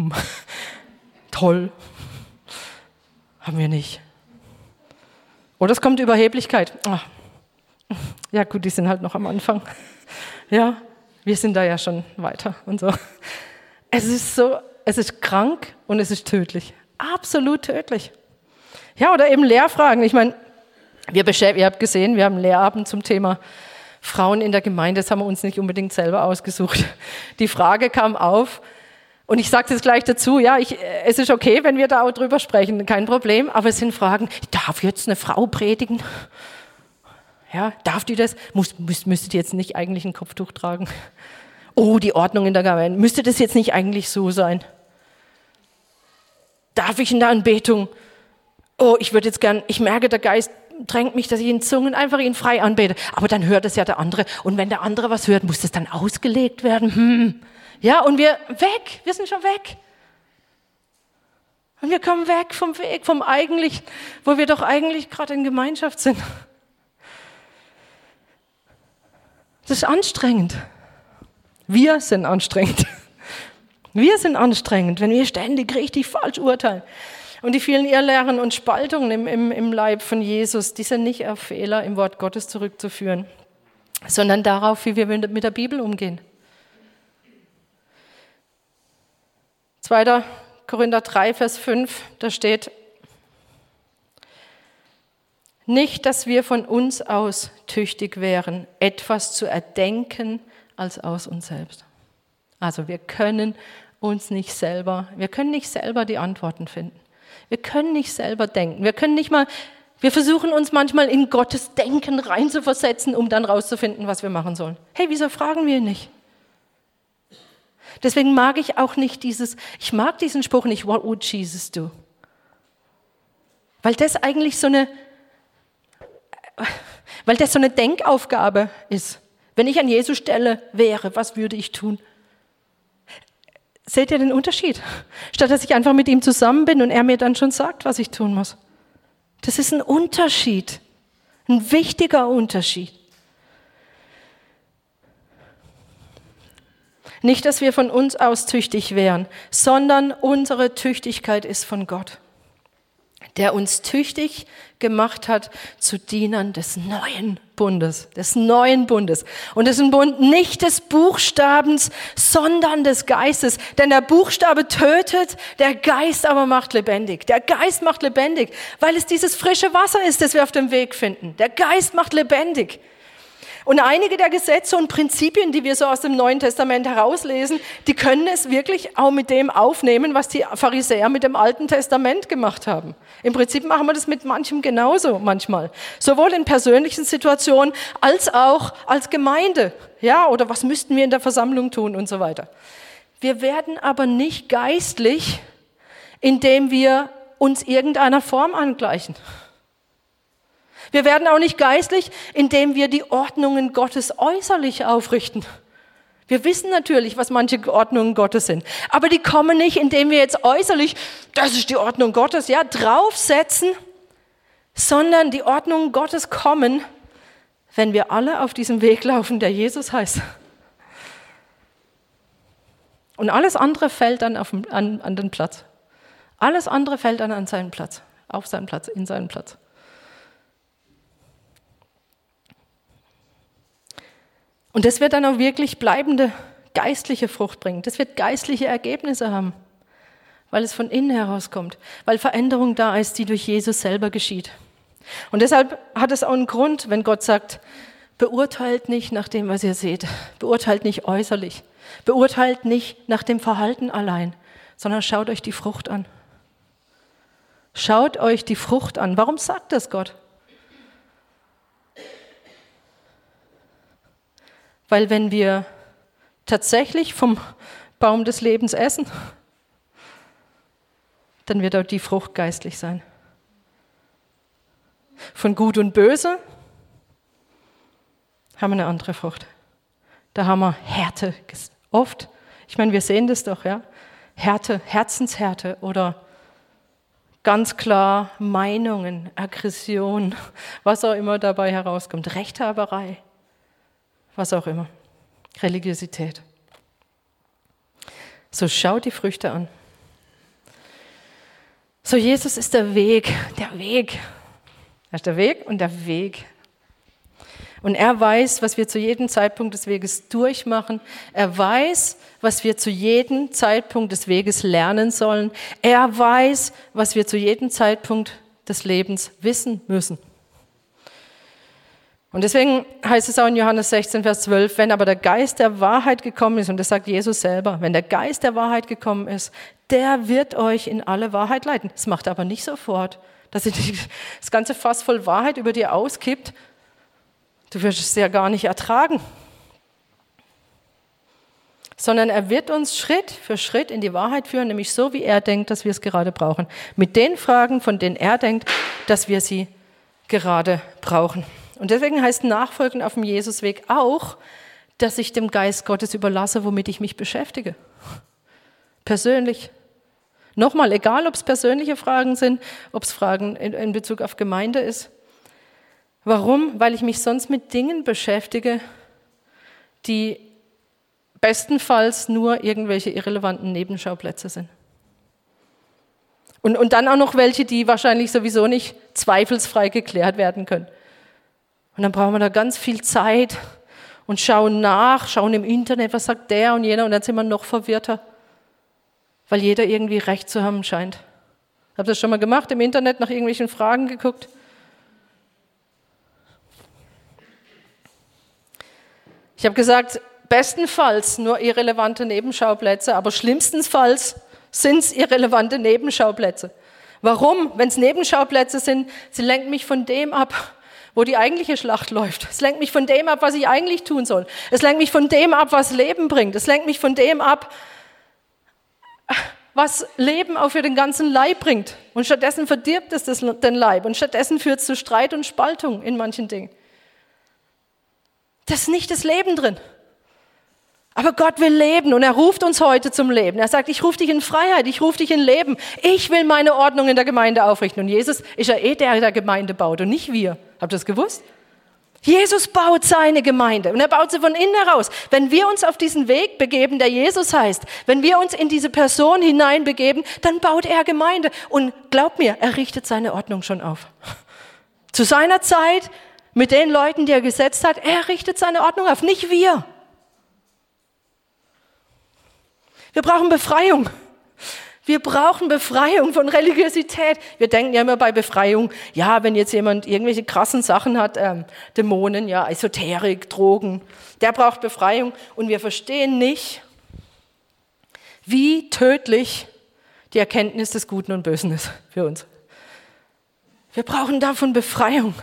toll. Haben wir nicht. Oder es kommt Überheblichkeit. Oh. Ja gut, die sind halt noch am Anfang. Ja, wir sind da ja schon weiter und so. Es ist krank und es ist tödlich. Absolut tödlich. Ja, oder eben Lehrfragen. Ich meine, ihr habt gesehen, wir haben einen Lehrabend zum Thema Frauen in der Gemeinde. Das haben wir uns nicht unbedingt selber ausgesucht. Die Frage kam auf und ich sage es jetzt gleich dazu, ja, es ist okay, wenn wir da auch drüber sprechen, kein Problem, aber es sind Fragen, darf jetzt eine Frau predigen? Ja, darf die das? Müsste die jetzt nicht eigentlich ein Kopftuch tragen? Oh, die Ordnung in der Gemeinde. Müsste das jetzt nicht eigentlich so sein? Darf ich in der Anbetung? Oh, ich merke, der Geist drängt mich, dass ich in Zungen einfach ihn frei anbete. Aber dann hört es ja der andere. Und wenn der andere was hört, muss das dann ausgelegt werden? Ja, und wir sind schon weg. Und wir kommen weg vom Weg, vom Eigentlich, wo wir doch eigentlich gerade in Gemeinschaft sind. Das ist anstrengend. Wir sind anstrengend. Wir sind anstrengend, wenn wir ständig richtig falsch urteilen. Und die vielen Irrlehren und Spaltungen im Leib von Jesus, die sind nicht auf Fehler im Wort Gottes zurückzuführen, sondern darauf, wie wir mit der Bibel umgehen. 2. Korinther 3, Vers 5, da steht, nicht, dass wir von uns aus tüchtig wären, etwas zu erdenken, als aus uns selbst. Also wir können nicht selber die Antworten finden. Wir können nicht selber denken. Wir versuchen uns manchmal in Gottes Denken reinzuversetzen, um dann rauszufinden, was wir machen sollen. Hey, wieso fragen wir ihn nicht? Deswegen mag ich auch nicht ich mag diesen Spruch nicht, what would Jesus do? Weil das eigentlich so eine Denkaufgabe ist. Wenn ich an Jesu Stelle wäre, was würde ich tun? Seht ihr den Unterschied? Statt dass ich einfach mit ihm zusammen bin und er mir dann schon sagt, was ich tun muss. Das ist ein Unterschied. Ein wichtiger Unterschied. Nicht, dass wir von uns aus tüchtig wären, sondern unsere Tüchtigkeit ist von Gott. der uns tüchtig gemacht hat zu Dienern des neuen Bundes, des neuen Bundes. Und das ist ein Bund nicht des Buchstabens, sondern des Geistes. Denn der Buchstabe tötet, der Geist aber macht lebendig. Der Geist macht lebendig, weil es dieses frische Wasser ist, das wir auf dem Weg finden. Der Geist macht lebendig. Und einige der Gesetze und Prinzipien, die wir so aus dem Neuen Testament herauslesen, die können es wirklich auch mit dem aufnehmen, was die Pharisäer mit dem Alten Testament gemacht haben. Im Prinzip machen wir das mit manchem genauso manchmal. Sowohl in persönlichen Situationen als auch als Gemeinde. Ja, oder was müssten wir in der Versammlung tun und so weiter. Wir werden aber nicht geistlich, indem wir uns irgendeiner Form angleichen. Wir werden auch nicht geistlich, indem wir die Ordnungen Gottes äußerlich aufrichten. Wir wissen natürlich, was manche Ordnungen Gottes sind. Aber die kommen nicht, indem wir jetzt äußerlich, das ist die Ordnung Gottes, ja, draufsetzen, sondern die Ordnungen Gottes kommen, wenn wir alle auf diesem Weg laufen, der Jesus heißt. Und alles andere fällt dann an den Platz. Alles andere fällt dann an seinen Platz, auf seinen Platz, in seinen Platz. Und das wird dann auch wirklich bleibende geistliche Frucht bringen. Das wird geistliche Ergebnisse haben, weil es von innen herauskommt, weil Veränderung da ist, die durch Jesus selber geschieht. Und deshalb hat es auch einen Grund, wenn Gott sagt, beurteilt nicht nach dem, was ihr seht, beurteilt nicht äußerlich, beurteilt nicht nach dem Verhalten allein, sondern schaut euch die Frucht an. Schaut euch die Frucht an. Warum sagt das Gott? Weil wenn wir tatsächlich vom Baum des Lebens essen, dann wird auch die Frucht geistlich sein. Von Gut und Böse haben wir eine andere Frucht. Da haben wir Härte oft. Ich meine, wir sehen das doch, ja. Härte, Herzenshärte oder ganz klar Meinungen, Aggression, was auch immer dabei herauskommt. Rechthaberei. Was auch immer. Religiosität. So schaut die Früchte an. So, Jesus ist der Weg, der Weg. Er ist der Weg und der Weg. Und er weiß, was wir zu jedem Zeitpunkt des Weges durchmachen. Er weiß, was wir zu jedem Zeitpunkt des Weges lernen sollen. Er weiß, was wir zu jedem Zeitpunkt des Lebens wissen müssen. Und deswegen heißt es auch in Johannes 16, Vers 12, wenn aber der Geist der Wahrheit gekommen ist, und das sagt Jesus selber, wenn der Geist der Wahrheit gekommen ist, der wird euch in alle Wahrheit leiten. Das macht er aber nicht sofort, dass er das ganze Fass voll Wahrheit über dir auskippt. Du wirst es ja gar nicht ertragen. Sondern er wird uns Schritt für Schritt in die Wahrheit führen, nämlich so, wie er denkt, dass wir es gerade brauchen. Mit den Fragen, von denen er denkt, dass wir sie gerade brauchen. Und deswegen heißt Nachfolgen auf dem Jesusweg auch, dass ich dem Geist Gottes überlasse, womit ich mich beschäftige. Persönlich. Nochmal, egal ob es persönliche Fragen sind, ob es Fragen in Bezug auf Gemeinde ist. Warum? Weil ich mich sonst mit Dingen beschäftige, die bestenfalls nur irgendwelche irrelevanten Nebenschauplätze sind. Und dann auch noch welche, die wahrscheinlich sowieso nicht zweifelsfrei geklärt werden können. Und dann brauchen wir da ganz viel Zeit und schauen nach, schauen im Internet, was sagt der und jener, und dann sind wir noch verwirrter, weil jeder irgendwie recht zu haben scheint. Habt ihr das schon mal gemacht, im Internet nach irgendwelchen Fragen geguckt? Ich habe gesagt, bestenfalls nur irrelevante Nebenschauplätze, aber schlimmstenfalls sind es irrelevante Nebenschauplätze. Warum? Wenn es Nebenschauplätze sind, sie lenken mich von dem ab, wo die eigentliche Schlacht läuft. Es lenkt mich von dem ab, was ich eigentlich tun soll. Es lenkt mich von dem ab, was Leben bringt. Es lenkt mich von dem ab, was Leben auch für den ganzen Leib bringt. Und stattdessen verdirbt es den Leib. Und stattdessen führt es zu Streit und Spaltung in manchen Dingen. Das ist nicht das Leben drin. Aber Gott will leben und er ruft uns heute zum Leben. Er sagt, ich rufe dich in Freiheit, ich rufe dich in Leben. Ich will meine Ordnung in der Gemeinde aufrichten. Und Jesus ist ja der Gemeinde baut und nicht wir. Habt ihr das gewusst? Jesus baut seine Gemeinde und er baut sie von innen heraus. Wenn wir uns auf diesen Weg begeben, der Jesus heißt, wenn wir uns in diese Person hineinbegeben, dann baut er Gemeinde. Und glaub mir, er richtet seine Ordnung schon auf. Zu seiner Zeit, mit den Leuten, die er gesetzt hat, er richtet seine Ordnung auf, nicht wir. Wir brauchen Befreiung. Wir brauchen Befreiung von Religiosität. Wir denken ja immer bei Befreiung, ja, wenn jetzt jemand irgendwelche krassen Sachen hat, Dämonen, ja, Esoterik, Drogen, der braucht Befreiung. Und wir verstehen nicht, wie tödlich die Erkenntnis des Guten und Bösen ist für uns. Wir brauchen davon Befreiung.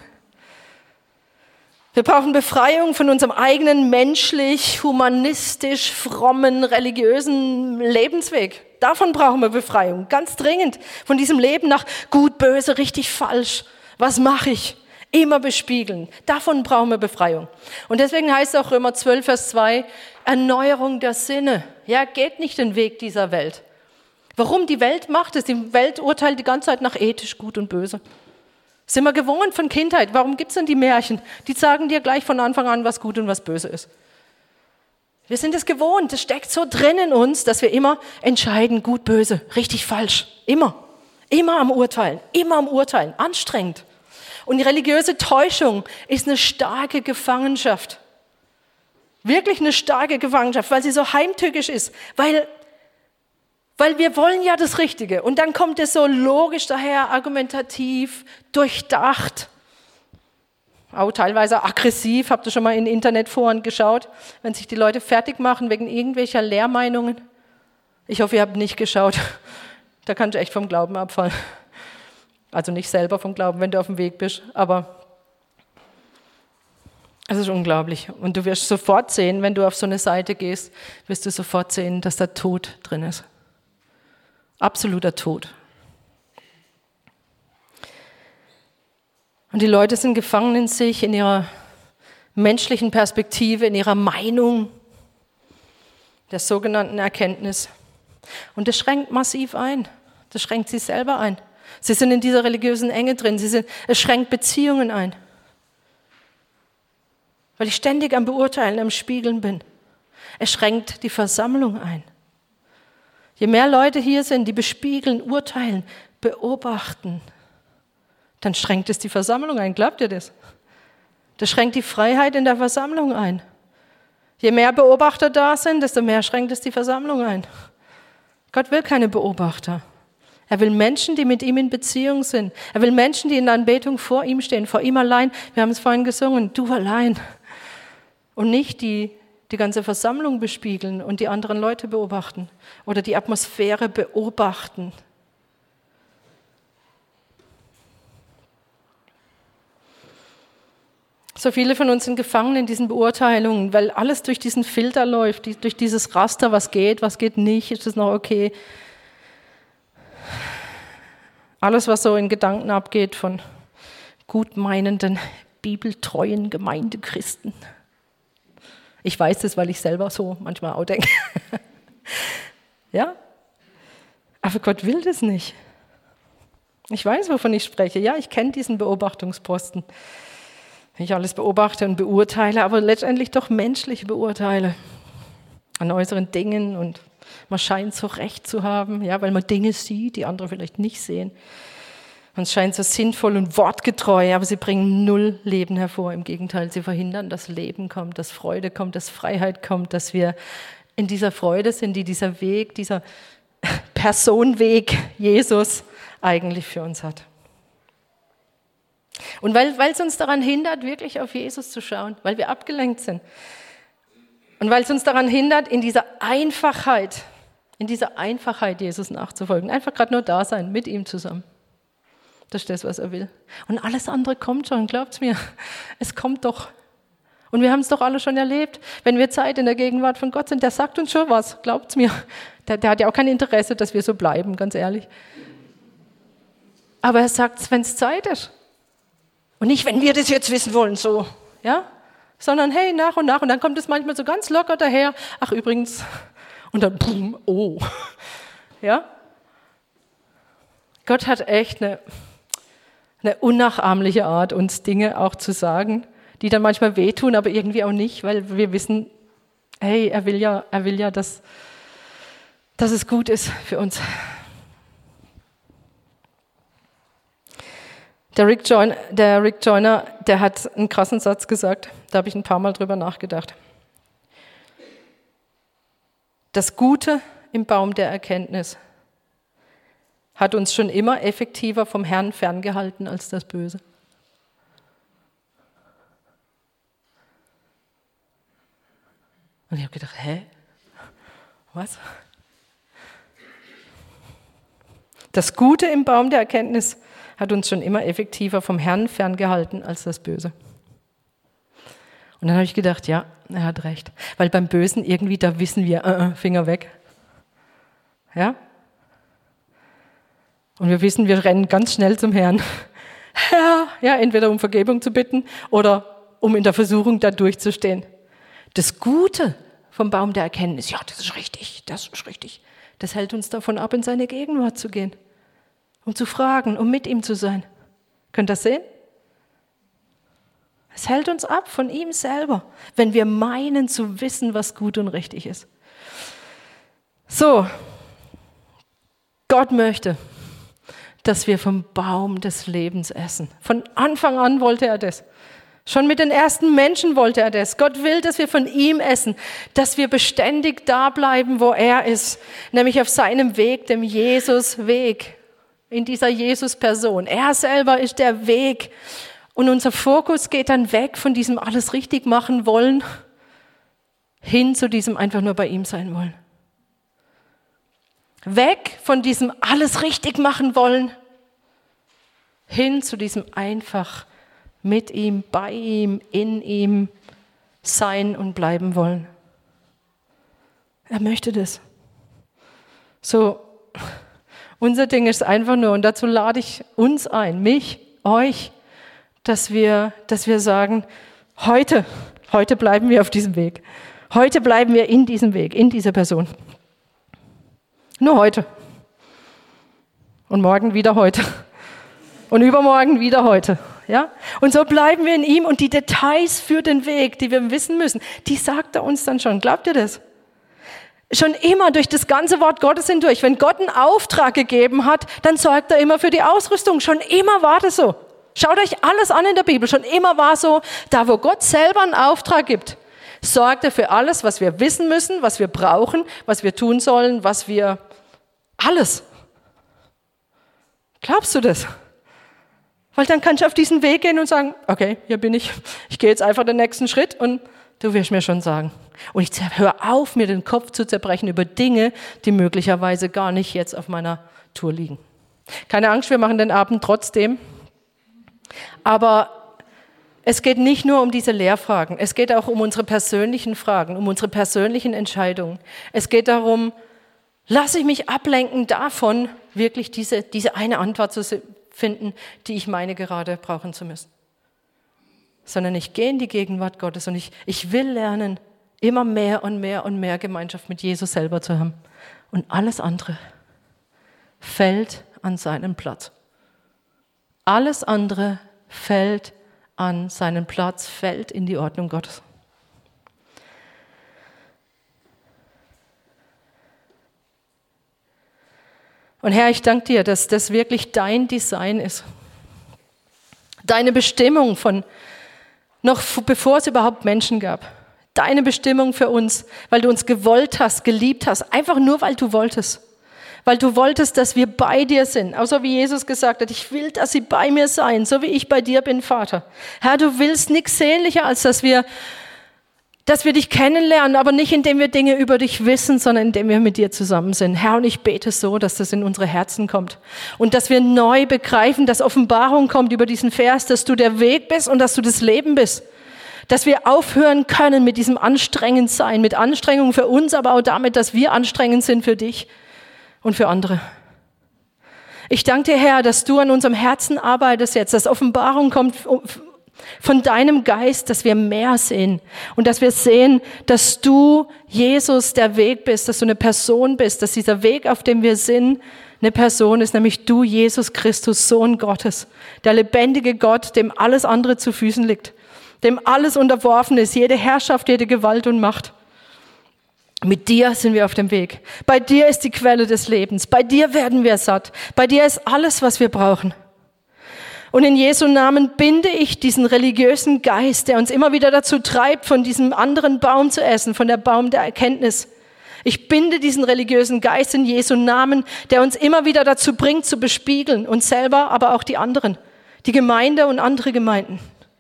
Wir brauchen Befreiung von unserem eigenen menschlich, humanistisch, frommen, religiösen Lebensweg. Davon brauchen wir Befreiung, ganz dringend. Von diesem Leben nach gut, böse, richtig, falsch. Was mache ich? Immer bespiegeln. Davon brauchen wir Befreiung. Und deswegen heißt es auch Römer 12, Vers 2, Erneuerung der Sinne. Ja, geht nicht den Weg dieser Welt. Warum? Die Welt macht es. Die Welt urteilt die ganze Zeit nach ethisch, gut und böse. Sind wir gewohnt von Kindheit. Warum gibt es denn die Märchen? Die sagen dir gleich von Anfang an, was gut und was böse ist. Wir sind es gewohnt. Das steckt so drin in uns, dass wir immer entscheiden, gut, böse, richtig, falsch. Immer. Immer am Urteilen. Immer am Urteilen. Anstrengend. Und die religiöse Täuschung ist eine starke Gefangenschaft. Wirklich eine starke Gefangenschaft, weil sie so heimtückisch ist. Weil wir wollen ja das Richtige. Und dann kommt es so logisch daher, argumentativ, durchdacht. Auch teilweise aggressiv. Habt ihr schon mal in Internetforen geschaut, wenn sich die Leute fertig machen wegen irgendwelcher Lehrmeinungen? Ich hoffe, ihr habt nicht geschaut. Da kannst du echt vom Glauben abfallen. Also nicht selber vom Glauben, wenn du auf dem Weg bist, aber es ist unglaublich. Und du wirst sofort sehen, wenn du auf so eine Seite gehst, wirst du sofort sehen, dass da Tod drin ist. Absoluter Tod. Und die Leute sind gefangen in sich, in ihrer menschlichen Perspektive, in ihrer Meinung, der sogenannten Erkenntnis. Und das schränkt massiv ein. Das schränkt sie selber ein. Sie sind in dieser religiösen Enge drin. Es schränkt Beziehungen ein. Weil ich ständig am Beurteilen, am Spiegeln bin. Es schränkt die Versammlung ein. Je mehr Leute hier sind, die bespiegeln, urteilen, beobachten, dann schränkt es die Versammlung ein. Glaubt ihr das? Das schränkt die Freiheit in der Versammlung ein. Je mehr Beobachter da sind, desto mehr schränkt es die Versammlung ein. Gott will keine Beobachter. Er will Menschen, die mit ihm in Beziehung sind. Er will Menschen, die in der Anbetung vor ihm stehen, vor ihm allein. Wir haben es vorhin gesungen, du allein. Und nicht die ganze Versammlung bespiegeln und die anderen Leute beobachten oder die Atmosphäre beobachten. So viele von uns sind gefangen in diesen Beurteilungen, weil alles durch diesen Filter läuft, durch dieses Raster, was geht nicht, ist es noch okay. Alles, was so in Gedanken abgeht von gutmeinenden, bibeltreuen Gemeindechristen. Ich weiß das, weil ich selber so manchmal auch denke. Ja? Aber Gott will das nicht. Ich weiß, wovon ich spreche. Ja, ich kenne diesen Beobachtungsposten. Wenn ich alles beobachte und beurteile, aber letztendlich doch menschlich beurteile. An äußeren Dingen und man scheint so recht zu haben, ja, weil man Dinge sieht, die andere vielleicht nicht sehen. Man scheint so sinnvoll und wortgetreu, aber sie bringen null Leben hervor. Im Gegenteil, sie verhindern, dass Leben kommt, dass Freude kommt, dass Freiheit kommt, dass wir in dieser Freude sind, die dieser Weg, dieser Personenweg Jesus eigentlich für uns hat. Und weil es uns daran hindert, wirklich auf Jesus zu schauen, weil wir abgelenkt sind. Und weil es uns daran hindert, in dieser Einfachheit Jesus nachzufolgen. Einfach gerade nur da sein, mit ihm zusammen. Das ist das, was er will. Und alles andere kommt schon, glaubt's mir. Es kommt doch. Und wir haben es doch alle schon erlebt. Wenn wir Zeit in der Gegenwart von Gott sind, der sagt uns schon was, glaubt's mir. Der hat ja auch kein Interesse, dass wir so bleiben, ganz ehrlich. Aber er sagt es, wenn es Zeit ist. Und nicht, wenn wir das jetzt wissen wollen, so, ja? Sondern hey, nach und nach. Und dann kommt es manchmal so ganz locker daher. Ach, übrigens. Und dann, boom, oh. Ja? Gott hat echt eine unnachahmliche Art, uns Dinge auch zu sagen, die dann manchmal wehtun, aber irgendwie auch nicht, weil wir wissen, hey, er will ja, dass es gut ist für uns. Der Rick Joyner, der hat einen krassen Satz gesagt, da habe ich ein paar Mal drüber nachgedacht. Das Gute im Baum der Erkenntnis hat uns schon immer effektiver vom Herrn ferngehalten als das Böse. Und ich habe gedacht, was? Das Gute im Baum der Erkenntnis hat uns schon immer effektiver vom Herrn ferngehalten als das Böse. Und dann habe ich gedacht, ja, er hat recht. Weil beim Bösen irgendwie, da wissen wir, Finger weg. Ja? Und wir wissen, wir rennen ganz schnell zum Herrn. Ja, entweder um Vergebung zu bitten oder um in der Versuchung da durchzustehen. Das Gute vom Baum der Erkenntnis, ja, das ist richtig. Das hält uns davon ab, in seine Gegenwart zu gehen, um zu fragen, um mit ihm zu sein. Könnt ihr das sehen? Es hält uns ab von ihm selber, wenn wir meinen zu wissen, was gut und richtig ist. So, Gott möchte, dass wir vom Baum des Lebens essen. Von Anfang an wollte er das. Schon mit den ersten Menschen wollte er das. Gott will, dass wir von ihm essen, dass wir beständig da bleiben, wo er ist, nämlich auf seinem Weg, dem Jesus-Weg, in dieser Jesus-Person. Er selber ist der Weg. Und unser Fokus geht dann weg von diesem alles richtig machen wollen, hin zu diesem einfach nur bei ihm sein wollen. Weg von diesem alles richtig machen wollen, hin zu diesem einfach mit ihm, bei ihm, in ihm sein und bleiben wollen. Er möchte das. So, unser Ding ist einfach nur, und dazu lade ich uns ein, mich, euch, dass wir sagen, heute bleiben wir auf diesem Weg. Heute bleiben wir in diesem Weg, in dieser Person. Nur heute. Und morgen wieder heute. Und übermorgen wieder heute. Ja? Und so bleiben wir in ihm und die Details für den Weg, die wir wissen müssen, die sagt er uns dann schon. Glaubt ihr das? Schon immer durch das ganze Wort Gottes hindurch. Wenn Gott einen Auftrag gegeben hat, dann sorgt er immer für die Ausrüstung. Schon immer war das so. Schaut euch alles an in der Bibel. Schon immer war so, da wo Gott selber einen Auftrag gibt, sorgt er für alles, was wir wissen müssen, was wir brauchen, was wir tun sollen, alles. Glaubst du das? Weil dann kannst du auf diesen Weg gehen und sagen, okay, hier bin ich. Ich gehe jetzt einfach den nächsten Schritt und du wirst mir schon sagen. Und ich höre auf, mir den Kopf zu zerbrechen über Dinge, die möglicherweise gar nicht jetzt auf meiner Tour liegen. Keine Angst, wir machen den Abend trotzdem. Aber es geht nicht nur um diese Lehrfragen. Es geht auch um unsere persönlichen Fragen, um unsere persönlichen Entscheidungen. Es geht darum, lasse ich mich ablenken davon, wirklich diese eine Antwort zu finden, die ich meine gerade brauchen zu müssen. Sondern ich gehe in die Gegenwart Gottes und ich will lernen, immer mehr und mehr und mehr Gemeinschaft mit Jesus selber zu haben. Und alles andere fällt an seinen Platz. Alles andere fällt an seinen Platz, fällt in die Ordnung Gottes. Und Herr, ich danke dir, dass das wirklich dein Design ist. Deine Bestimmung noch bevor es überhaupt Menschen gab. Deine Bestimmung für uns, weil du uns gewollt hast, geliebt hast, einfach nur, weil du wolltest. Weil du wolltest, dass wir bei dir sind. Auch so wie Jesus gesagt hat, ich will, dass sie bei mir sein, so wie ich bei dir bin, Vater. Herr, du willst nichts sehnlicher, als dass wir dich kennenlernen, aber nicht indem wir Dinge über dich wissen, sondern indem wir mit dir zusammen sind. Herr, und ich bete so, dass das in unsere Herzen kommt. Und dass wir neu begreifen, dass Offenbarung kommt über diesen Vers, dass du der Weg bist und dass du das Leben bist. Dass wir aufhören können mit diesem Anstrengendsein, mit Anstrengung für uns, aber auch damit, dass wir anstrengend sind für dich und für andere. Ich danke dir, Herr, dass du an unserem Herzen arbeitest jetzt, dass Offenbarung kommt von deinem Geist, dass wir mehr sehen und dass wir sehen, dass du, Jesus, der Weg bist, dass du eine Person bist, dass dieser Weg, auf dem wir sind, eine Person ist, nämlich du, Jesus Christus, Sohn Gottes, der lebendige Gott, dem alles andere zu Füßen liegt, dem alles unterworfen ist, jede Herrschaft, jede Gewalt und Macht. Mit dir sind wir auf dem Weg. Bei dir ist die Quelle des Lebens. Bei dir werden wir satt. Bei dir ist alles, was wir brauchen. Und in Jesu Namen binde ich diesen religiösen Geist, der uns immer wieder dazu treibt, von diesem anderen Baum zu essen, von der Baum der Erkenntnis. Ich binde diesen religiösen Geist in Jesu Namen, der uns immer wieder dazu bringt, zu bespiegeln, uns selber, aber auch die anderen, die Gemeinde und andere Gemeinden.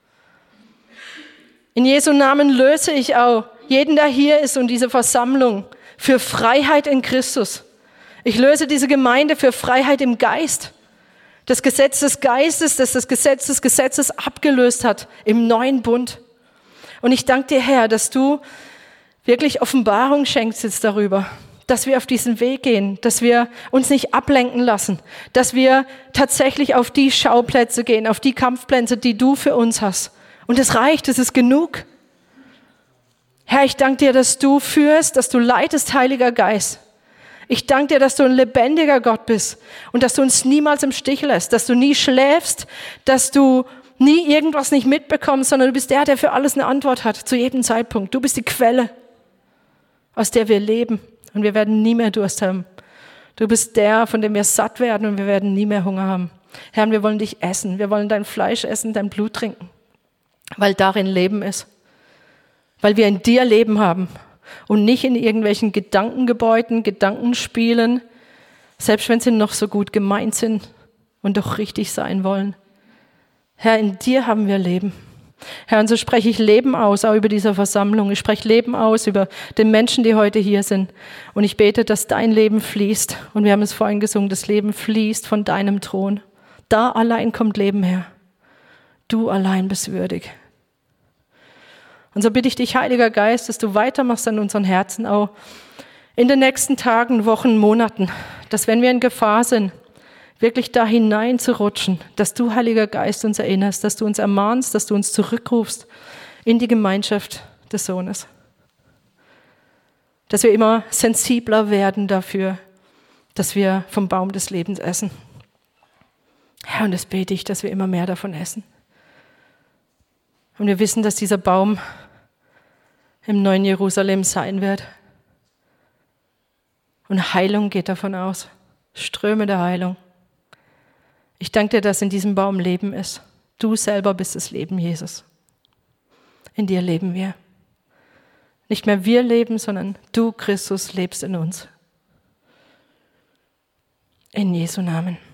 In Jesu Namen löse ich auch jeden, der hier ist und diese Versammlung für Freiheit in Christus. Ich löse diese Gemeinde für Freiheit im Geist. Das Gesetz des Geistes, das das Gesetz des Gesetzes abgelöst hat im neuen Bund. Und ich danke dir, Herr, dass du wirklich Offenbarung schenkst jetzt darüber, dass wir auf diesen Weg gehen, dass wir uns nicht ablenken lassen, dass wir tatsächlich auf die Schauplätze gehen, auf die Kampfplätze, die du für uns hast. Und es reicht, es ist genug. Herr, ich danke dir, dass du führst, dass du leitest, Heiliger Geist. Ich danke dir, dass du ein lebendiger Gott bist und dass du uns niemals im Stich lässt, dass du nie schläfst, dass du nie irgendwas nicht mitbekommst, sondern du bist der für alles eine Antwort hat, zu jedem Zeitpunkt. Du bist die Quelle, aus der wir leben und wir werden nie mehr Durst haben. Du bist der, von dem wir satt werden und wir werden nie mehr Hunger haben. Herr, wir wollen dich essen, wir wollen dein Fleisch essen, dein Blut trinken, weil darin Leben ist, weil wir in dir Leben haben. Und nicht in irgendwelchen Gedankengebäuden, Gedankenspielen, selbst wenn sie noch so gut gemeint sind und doch richtig sein wollen. Herr, in dir haben wir Leben. Herr, und so spreche ich Leben aus, auch über diese Versammlung. Ich spreche Leben aus über den Menschen, die heute hier sind. Und ich bete, dass dein Leben fließt. Und wir haben es vorhin gesungen, das Leben fließt von deinem Thron. Da allein kommt Leben her. Du allein bist würdig. Und so bitte ich dich, Heiliger Geist, dass du weitermachst an unseren Herzen auch in den nächsten Tagen, Wochen, Monaten, dass wenn wir in Gefahr sind, wirklich da hinein zu rutschen, dass du, Heiliger Geist, uns erinnerst, dass du uns ermahnst, dass du uns zurückrufst in die Gemeinschaft des Sohnes. Dass wir immer sensibler werden dafür, dass wir vom Baum des Lebens essen. Ja, und das bete ich, dass wir immer mehr davon essen. Und wir wissen, dass dieser Baum im neuen Jerusalem sein wird. Und Heilung geht davon aus. Ströme der Heilung. Ich danke dir, dass in diesem Baum Leben ist. Du selber bist das Leben, Jesus. In dir leben wir. Nicht mehr wir leben, sondern du, Christus, lebst in uns. In Jesu Namen.